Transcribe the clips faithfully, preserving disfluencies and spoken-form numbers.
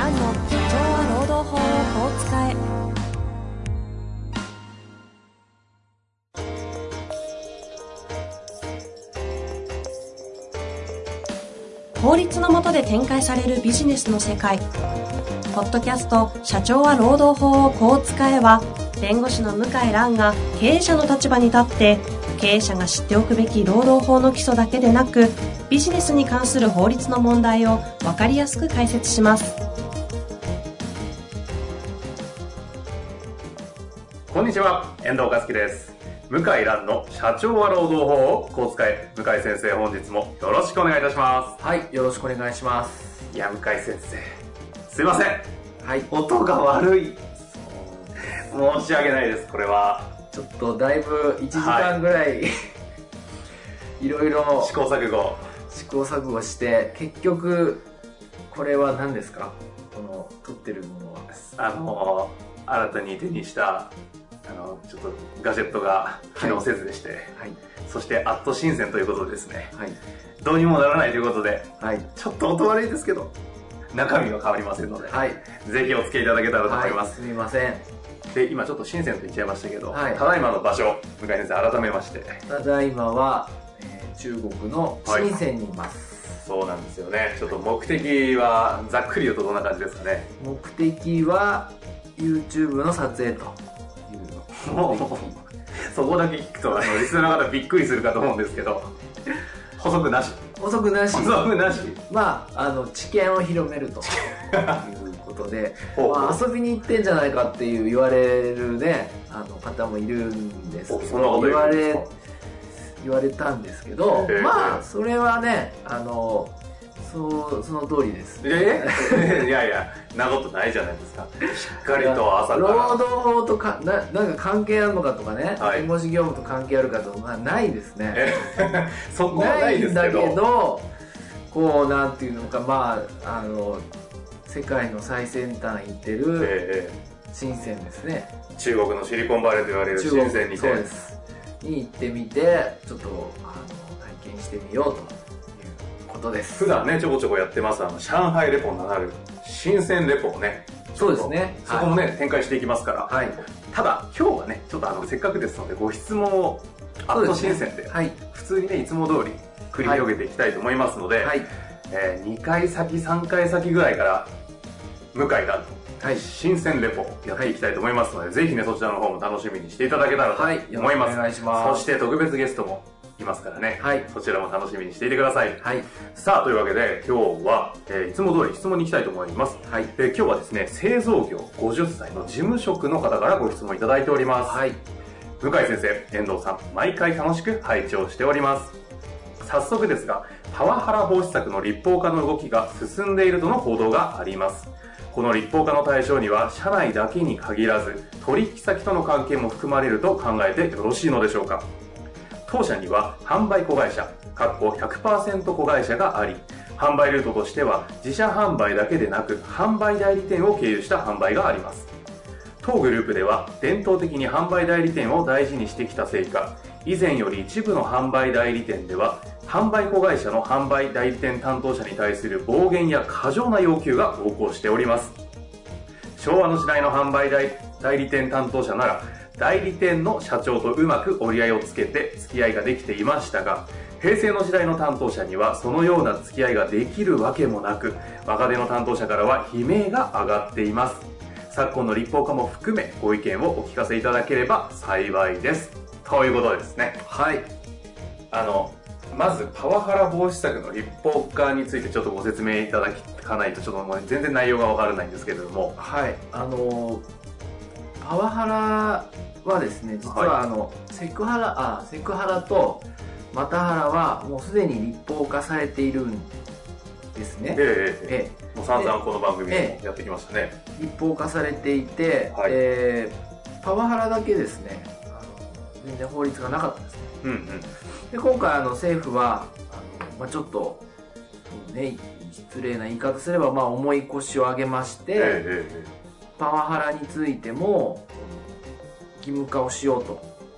蘭の社長は労働法をこう使え。法律の下で展開されるビジネスの世界。ポッドキャスト社長は労働法をこう使えは、弁護士の向井蘭が経営者の立場に立って経営者が知っておくべき労働法の基礎だけでなく、ビジネスに関する法律の問題を分かりやすく解説します。 こんにちは、遠藤和樹です。向井蘭の社長は労働法をこう使え。向井先生、本日もよろしくお願いいたします。 はい、よろしくお願いします。 いや、向井先生、すいません。 はい。 音が悪い。申し訳ないです、これは。 ちょっとだいぶいちじかんぐらい、はい、いろいろ試行錯誤。 試行錯誤して、結局、これは何ですか？この、撮ってるものは。 あの、新たに手にした、あの、ちょっとガジェットが機能せずでして、はいはい、そして、アット新鮮ということでですね、はい、どうにもならないということで、はい、ちょっと音悪いですけど、中身は変わりませんので、はい、ぜひお付けいただけたらと思います。 はい、すみません。 で、今ちょっと新鮮と言っちゃいましたけど、はい、ただいまの場所、向井先生、改めまして。 ただいまは、えー、中国の深センにいます、 はい。そうなんですよね。ちょっと目的は、ざっくり言うとどんな感じですかね。 目的は、YouTube の撮影というもう、そこだけ聞くと、あの、リスナーの方びっくりするかと思うんですけど、補足なし。 補足なし。 補足なし。 まあ、あの、知見を広めるということで、まあ、遊びに行ってんじゃないかっていう言われるね、あの方もいるんですけど、言われ、言われたんですけど、まあ、それはね、あの、そう、その通りです。 えー、いやいや、なことないじゃないですか。しっかりと朝から。 労働法とか、な、なんか関係あるのかとかね、はい、弁護士業務と関係あるかとか、ないですね。 そこはないですけど。 ないんだけど、こう、なんていうのか、まあ、あの、世界の最先端行ってる、深センですね。 中国のシリコンバレーと言われる深センにて。 そうです。に行ってみて、ちょっと、あの、体験してみようと。です。 普段ねちょこちょこやってますあの上海レポになる深センレポをね、 そうですね、 そこもね、はい、展開していきますから、はい、ただ今日はねちょっとあのせっかくですのでご質問をアット深センで、はい、普通にねいつも通り繰り広げていきたいと思いますので、はい、えー、にかい先さんかい先ぐらいから向井蘭と、はい、深センレポやっていきたいと思いますので、はい、ぜひねそちらの方も楽しみにしていただけたらと思います。はい、よろしくお願いします。そして特別ゲストもいますからね、はい、そちらも楽しみにしていてください。はい、さあというわけで今日は、えー、いつも通り質問に行きたいと思います。はい、えー、今日はですね製造業ごじゅっさいの事務職の方からご質問いただいております。はい、向井先生、遠藤さん、毎回楽しく拝聴しております。早速ですがパワハラ防止策の立法化の動きが進んでいるとの報道があります。この立法化の対象には社内だけに限らず取引先との関係も含まれると考えてよろしいのでしょうか。当社には販売子会社、ひゃくパーセント 子会社があり、販売ルートとしては自社販売だけでなく販売代理店を経由した販売があります。当グループでは伝統的に販売代理店を大事にしてきたせいか、以前より一部の販売代理店では販売子会社の販売代理店担当者に対する暴言や過剰な要求が横行しております。昭和の時代の販売代理店担当者なら代理店の社長とうまく折り合いをつけて付き合いができていましたが、平成の時代の担当者にはそのような付き合いができるわけもなく、若手の担当者からは悲鳴が上がっています。昨今の立法化も含めご意見をお聞かせいただければ幸いです。ということですね。はい。あの、まずパワハラ防止策の立法化についてちょっとご説明いただかないとちょっともう全然内容がわからないんですけれども。 はい。あのーパワハラはですね、実はあの、はい、セクハラ、あ、セクハラとマタハラはもうすでに立法化されているんですね。 ええええ、もう散々この番組でもやってきましたね。 ええ、立法化されていて、はい、えー、パワハラだけですね、あの全然法律がなかったんですね。うんうん、で今回あの政府はあの、まあ、ちょっと、ね、失礼な言い方すれば、まあ、重い腰を上げまして、ええええ、パワハラについても義務化をしようと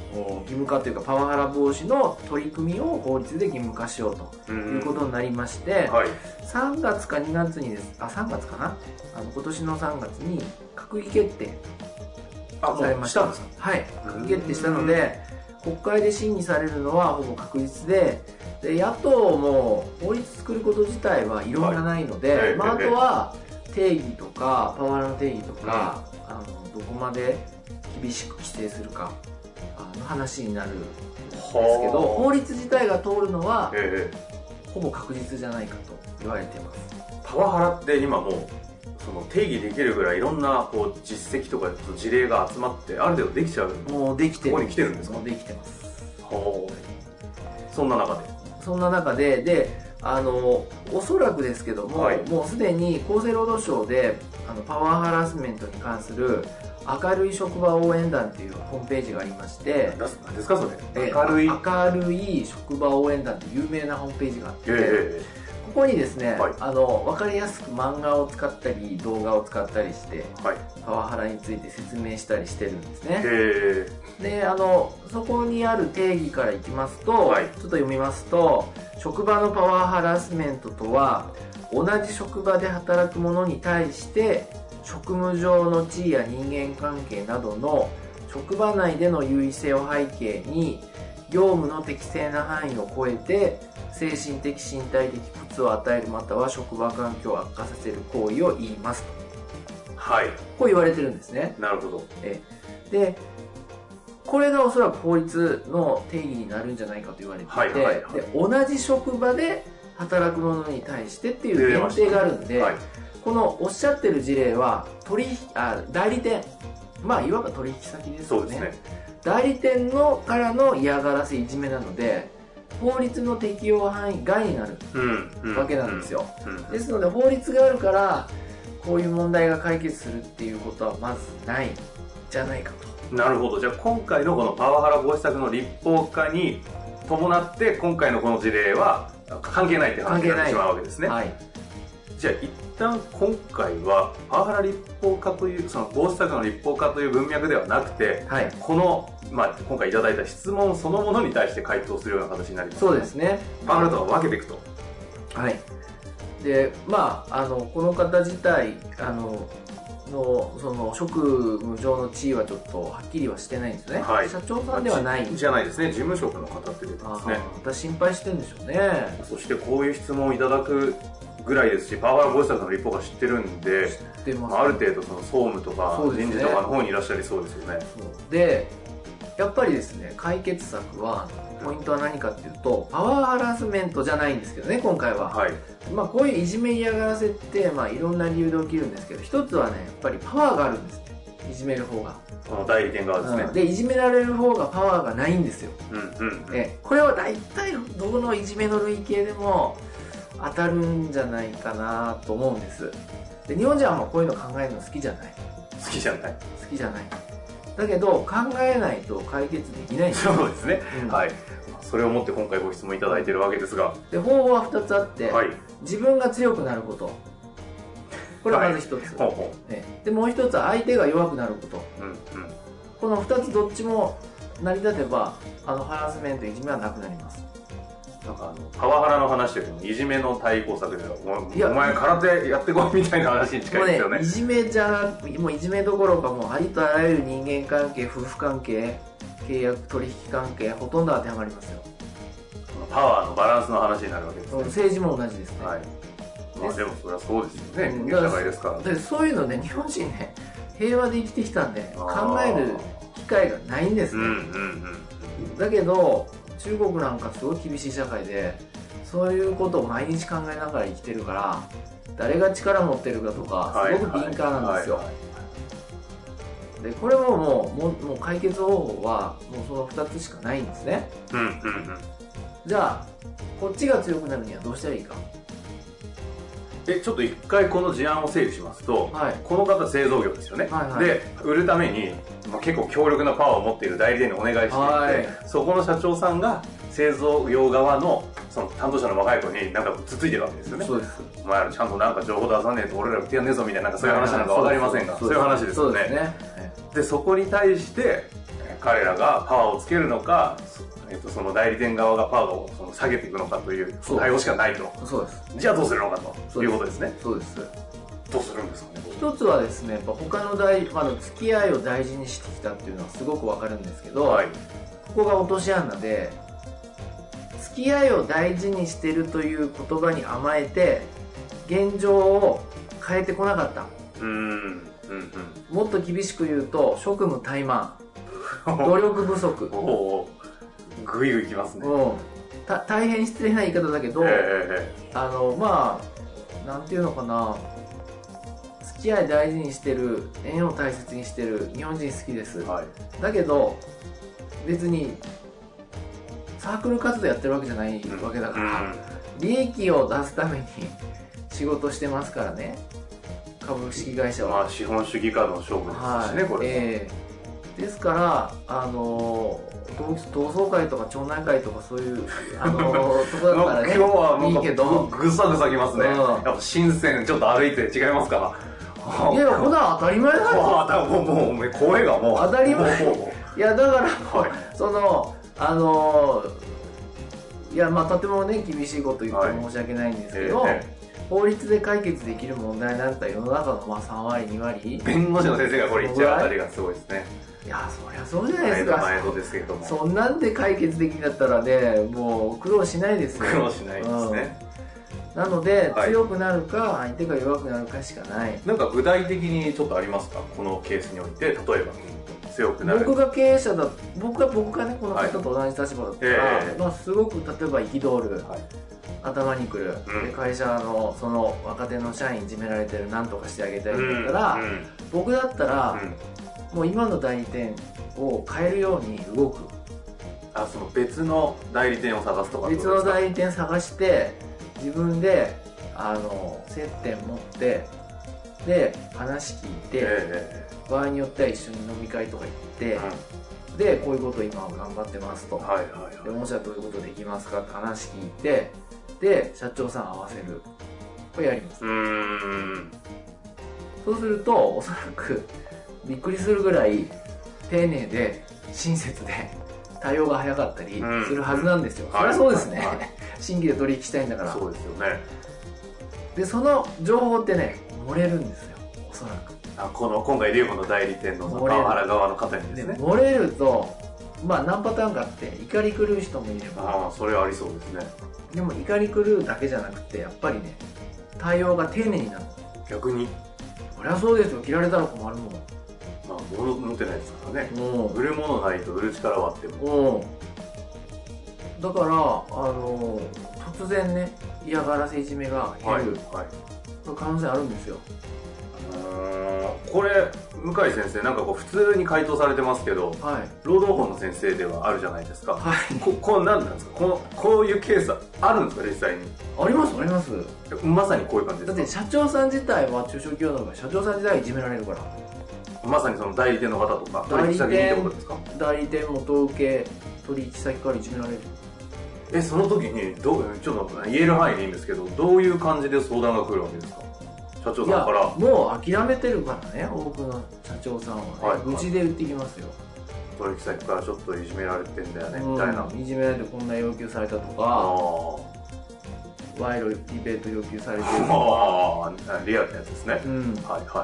義務化というかパワハラ防止の取り組みを法律で義務化しようということになりまして、はい、さんがつかにがつにですあさんがつかなあの今年のさんがつに閣議決定されました。 あ、もうしたんですか？ はい、閣議決定したので国会で審議されるのはほぼ確実で、で野党も法律作ること自体は異論がないので、はい、まあ、あとは定義とかパワハラの定義とか、うん、あのどこまで厳しく規制するかの話になるんですけど、法律自体が通るのは、ええ、ほぼ確実じゃないかと言われています。 パワハラって今もうその定義できるぐらいいろんなこう実績とか事例が集まってある程度できちゃう、 もうできてる、 ここに来てるんですか？ もうできてます。 ほう。そんな中でそんな中でであのおそらくですけども、はい、もうすでに厚生労働省であのパワーハラスメントに関する明るい職場応援団っていうホームページがありまして、 何ですかそれ？明るい明るい職場応援団って有名なホームページがあって、えーここにですね、はい、あの分かりやすく漫画を使ったり動画を使ったりして、はい、パワハラについて説明したりしてるんですね。へであのそこにある定義からいきますと、はい、ちょっと読みますと、職場のパワーハラスメントとは同じ職場で働く者に対して職務上の地位や人間関係などの職場内での優位性を背景に業務の適正な範囲を超えて精神的身体的苦痛を与えるまたは職場環境を悪化させる行為を言いますと、はい、こう言われてるんですね。 なるほど。 えでこれがおそらく法律の定義になるんじゃないかと言われていて、はいはいはい、で同じ職場で働く者に対してっていう限定があるんで、はい、このおっしゃってる事例は取引あ代理店、まあいわば取引先ですよね。そうですね。代理店のからの嫌がらせいじめなので法律の適用範囲外になるわけなんですよ。ですので法律があるからこういう問題が解決するっていうことはまずないんじゃないかと。 なるほど。じゃあ今回のこのパワハラ防止策の立法化に伴って今回のこの事例は関係ないって話になってしまうわけですね。はい、じゃあ一旦今回はパワハラ立法化というその防止策の立法化という文脈ではなくて、はい、この、まあ、今回いただいた質問そのものに対して回答するような形になります、ね。そうですね。パワハラとは分けていくと。 はい。でまああのこの方自体あののその職務上の地位はちょっとはっきりはしてないんですね。はい、社長さんではない。 じゃないですね。事務職の方って出てますね。 また心配してるんでしょうね。 そしてこういう質問をいただくぐらいですし、パワハラ防止策の立法が知ってるんで、知ってます、ね、ある程度その総務とか人事とかの方にいらっしゃりそうですよね。 で、やっぱりですね、解決策はポイントは何かっていうと、パワーハラスメントじゃないんですけどね、今回は。はい、まあこういういじめ嫌がらせってまあいろんな理由で起きるんですけど、一つはね、やっぱりパワーがあるんですね。いじめる方が。 この代理店側ですね、 うん。で、いじめられる方がパワーがないんですよ。うんうん、えこれは大体どこのいじめの類型でも当たるんじゃないかなと思うんです。で、日本人はもうこういうの考えるの好きじゃない。 好きじゃない。 好きじゃない。だけど考えないと解決できないんです。 そうですね。うん、はい。それをもって今回ご質問いただいているわけですが。 で、方法はふたつあって、はい、自分が強くなること。これはまずひとつ。はい、ほうほうね、で、もうひとつは相手が弱くなること。うんうん、このふたつどっちも成り立てば、あのハラスメントいじめはなくなります。 なんかあのパワハラの話よりもいじめの対抗策ではお前空手やってこいみたいな話に近いですよね。 もうね、いじめじゃなくもういじめどころかもうありとあらゆる人間関係、夫婦関係、契約取引関係ほとんど当てはまりますよ。 パワーのバランスの話になるわけですね。 政治も同じですね。はい、 まあでもそれはそうですよね。人間社会ですから。 でそういうのね、日本人ね、平和で生きてきたんで考える機会がないんですね。うんうんうん、だけど中国なんかすごい厳しい社会でそういうことを毎日考えながら生きてるから、誰が力持ってるかとかすごく敏感なんですよ。でこれももう、もう、もう解決方法はもうそのふたつしかないんですね。うんうんうん、じゃあこっちが強くなるにはどうしたらいいか。 えちょっと一回この事案を整理しますと、はい、この方製造業ですよね、はいはい、で売るために、まあ、結構強力なパワーを持っている代理店にお願いしていて、はい、そこの社長さんが製造業側のその担当者の若い子になんかつついてるわけですよね。そうです。お前らちゃんとなんか情報出さねえと俺ら売ってやんねえぞみたいな、なんかそういう話なのか分かりませんが、そういう話ですよね。そうですね。でそこに対して彼らがパワーをつけるのか、えっと、その代理店側がパワーをその下げていくのかという対応しかないと。 そうです。 じゃあどうするのかということですね。 そうです。 どうするんですかね。 一つはですね、やっぱ他の大、まあ、付き合いを大事にしてきたっていうのはすごくわかるんですけど、はい、ここが落とし穴で、付き合いを大事にしてるという言葉に甘えて現状を変えてこなかった。うん、うん、うん、もっと厳しく言うと職務怠慢、努力不足。 おぐいぐいきますね。 た大変失礼な言い方だけど、えー、あのまあなんていうのかな、付き合い大事にしてる、縁を大切にしてる、日本人好きです、はい、だけど別にサークル活動やってるわけじゃないわけだから、うん、利益を出すために仕事してますからね、株式会社は。 まあ資本主義家の勝負ですしね、はい、これ、えー、ですからあの同窓会とか町内会とかそういうあのとこだったらね今日はいいけどぐさぐさきますね、うん、やっぱ深センちょっと歩いて違いますか。 いやこんな当たり前だよ。 もうもう声がもう当たり前。いやだから、はい、そのあのいやまあとてもね厳しいこと言って申し訳ないんですけど、はい、えー、法律で解決できる問題なんて世の中のまあさんわりにわり、 弁護士の先生がこれ言っちゃうあたりがすごいですね。 いやそりゃそうじゃないですか。 毎度ですけども、 そんなんで解決できんだったらねもう苦労しないですよ。 苦労しないですね、 うん、なので、はい、強くなるか相手が弱くなるかしかない。 なんか具体的にちょっとありますか、このケースにおいて。例えば強くなる、 僕が経営者だ、僕が僕がねこの方と同じ立場だったら、はい、えー、まあ、すごく例えば憤る、はい、頭にくる、うん、で会社のその若手の社員いじめられてる、なんとかしてあげたいんだったら、うんうん、僕だったら、うん、もう今の代理店を変えるように動く。 あ、その別の代理店を探すとか。 別の代理店探して自分であの接点持ってで話聞いて、えー場合によっては一緒に飲み会とか行って、うん、でこういうこと今頑張ってますと、はいはいはい、でもしはどういうことできますかって話聞いて、で社長さん合わせる、これやります。うーん、そうするとおそらくびっくりするぐらい丁寧で親切で対応が早かったりするはずなんですよ、うん、そりゃそうですね、はい、新規で取引したいんだから。 そうですよね。 でその情報ってね漏れるんですよ、おそらく。 あ、この今回龍門の代理店のパワハラ側の方にですね。 漏れるとまあ何パターンかあって、怒り狂う人もいれば、 ああそれはありそうですね。 でも怒り狂うだけじゃなくてやっぱりね対応が丁寧になる。 逆にそりゃそうですよ、切られたら困るもん。 まあ物持ってないですからね、売るものないと売る力はあっても、 だからあの突然ね嫌がらせいじめが減る、はいはい、可能性あるんですよ。 これ向井先生なんかこう普通に回答されてますけど、はい、労働法の先生ではあるじゃないですか、はい、ここ何なんですか、このこういうケースあるんですか実際に。 ありますあります。 まさにこういう感じですか。 だって社長さん自体は中小企業なのが社長さん自体はいじめられるから。 まさにその代理店の方とか取引先にってことですか。 代理店元請け取引先からいじめられる。 えその時にどうちょっと言える範囲でいいんですけど、どういう感じで相談が来るわけですか。社長さんから。 もう諦めてるからね、多くの社長さんはね、はい、愚痴で言ってきますよ。 取引先からちょっといじめられてんだよね、うん、みたいな。 いじめられてこんな要求されたとか、賄賂リベート要求されてるとか。 ああリアルなやつですね、うん、はいはい。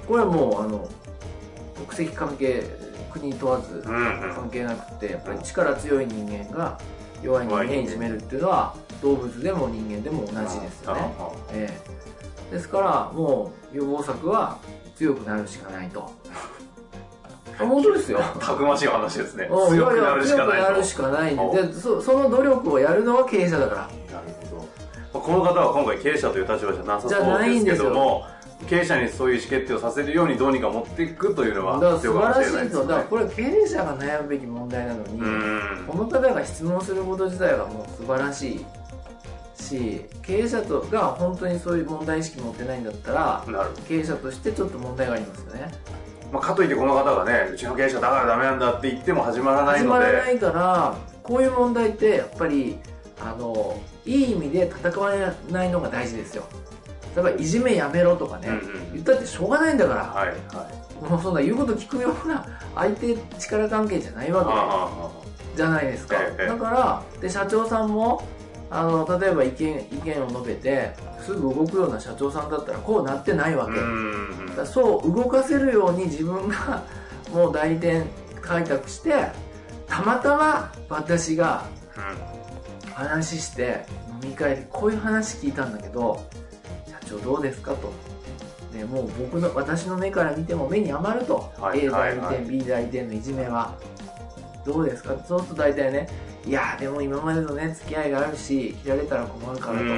これはもうあの国籍関係国問わず関係なくて、やっぱり力強い人間が弱い人間にいじめるっていうのは動物でも人間でも同じですよね。ええ、ですからもう予防策は強くなるしかないと。本当ですよ。 たくましい話ですね。強くなるしかないと。強くなるしかないんで、そ, その努力をやるのは経営者だから。なるほど。この方は今回経営者という立場じゃなさそうですけども、経営者にそういう意思決定をさせるようにどうにか持っていくというのは必要かもしれないですね。 だからこれ経営者が悩むべき問題なのに、この方が質問すること自体がもう素晴らしいし、経営者とが本当にそういう問題意識持ってないんだったら、経営者としてちょっと問題がありますよね。 まあ、かといってこの方がね、うちの経営者だからダメなんだって言っても始まらないので、 始まらないから、こういう問題ってやっぱりあのいい意味で戦わないのが大事ですよ。 例えばいじめやめろとかね、うんうん、言ったってしょうがないんだから、はいはい、もうそんな言うこと聞くような相手力関係じゃないわけじゃないですか。だからで社長さんもあの例えば意見意見を述べてすぐ動くような社長さんだったらこうなってないわけ。うんだそう動かせるように自分がもう代理店開拓して、たまたま私が話して飲み会でこういう話聞いたんだけど社長どうですかと。でもう僕の私の目から見ても目に余ると、はい、A 代理店、はい、B 代理店のいじめはどうですか。そうすると大体ね、いやでも今までのね付き合いがあるし切られたら困るからと、うんうん、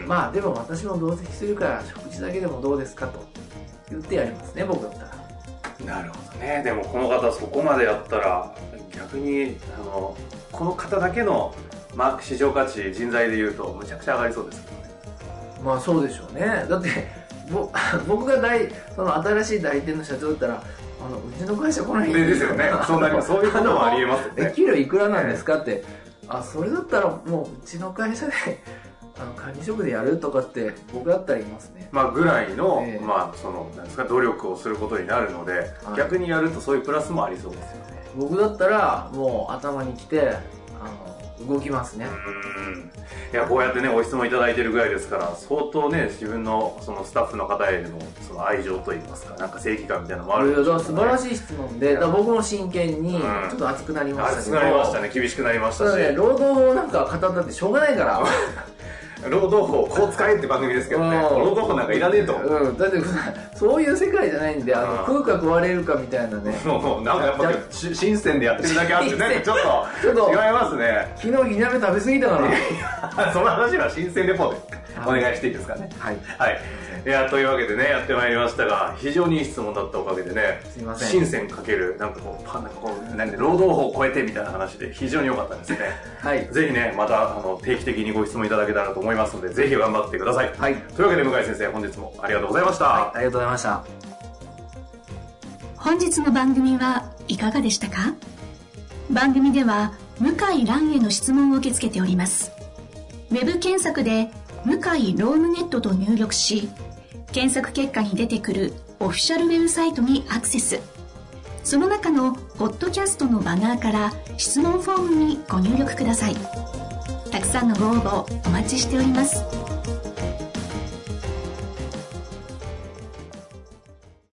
まあでも私も同席するから食事だけでもどうですかと言ってやりますね、僕だったら。 なるほどね。でもこの方そこまでやったら逆にあのこの方だけのマーク市場価値人材でいうとむちゃくちゃ上がりそうですよね。 まあそうでしょうね。だって僕が大その新しい代理店の社長だったらあのうちの会社来ないんですよね。そんなにそういうこともありえますよね。 給料いくらなんですかって、あそれだったらもううちの会社であの管理職でやるとかって僕だったら言いますね。 まあぐらいの、えー、まあそのなんですか努力をすることになるので、はい、逆にやるとそういうプラスもありそうですよね。 僕だったらもう頭にきてあの動きますね。 うんいやこうやってねご質問いただいてるぐらいですから相当ね自分のそのスタッフの方へのその愛情といいますかなんか正義感みたいなのもあるんでしょうね。 素晴らしい質問で、だ僕も真剣にちょっと熱くなりましたけど、 熱くなりましたね。厳しくなりましたし、 ね、労働法なんか語ったってしょうがないから労働法こう使えって番組ですけどね、労働法なんかいらねえと、 うん、だってそういう世界じゃないんで、あの食うか食われるかみたいなね、 もうなんかやっぱ新鮮でやってるだけあってなんかちょっと違いますね。 昨日火鍋食べ過ぎたからその話は新鮮レポでお願いしていいですかね。はい、はい、いやというわけでねやってまいりましたが、非常にいい質問だったおかげでね、 すいません、 新鮮かけるなんかこうパンなんかこうなんで労働法を超えてみたいな話で非常に良かったですね。はい、ぜひねまたあの定期的にご質問いただけたらと思いますので、ぜひ頑張ってください。はい、というわけで向井先生、本日もありがとうございました。 はい、ありがとうございました。 本日の番組はいかがでしたか？番組では向井蘭への質問を受け付けております。ウェブ検索で向井ロームネットと入力し、検索結果に出てくるオフィシャルウェブサイトにアクセス。その中のポッドキャストのバナーから質問フォームにご入力ください。たくさんのご応募お待ちしております。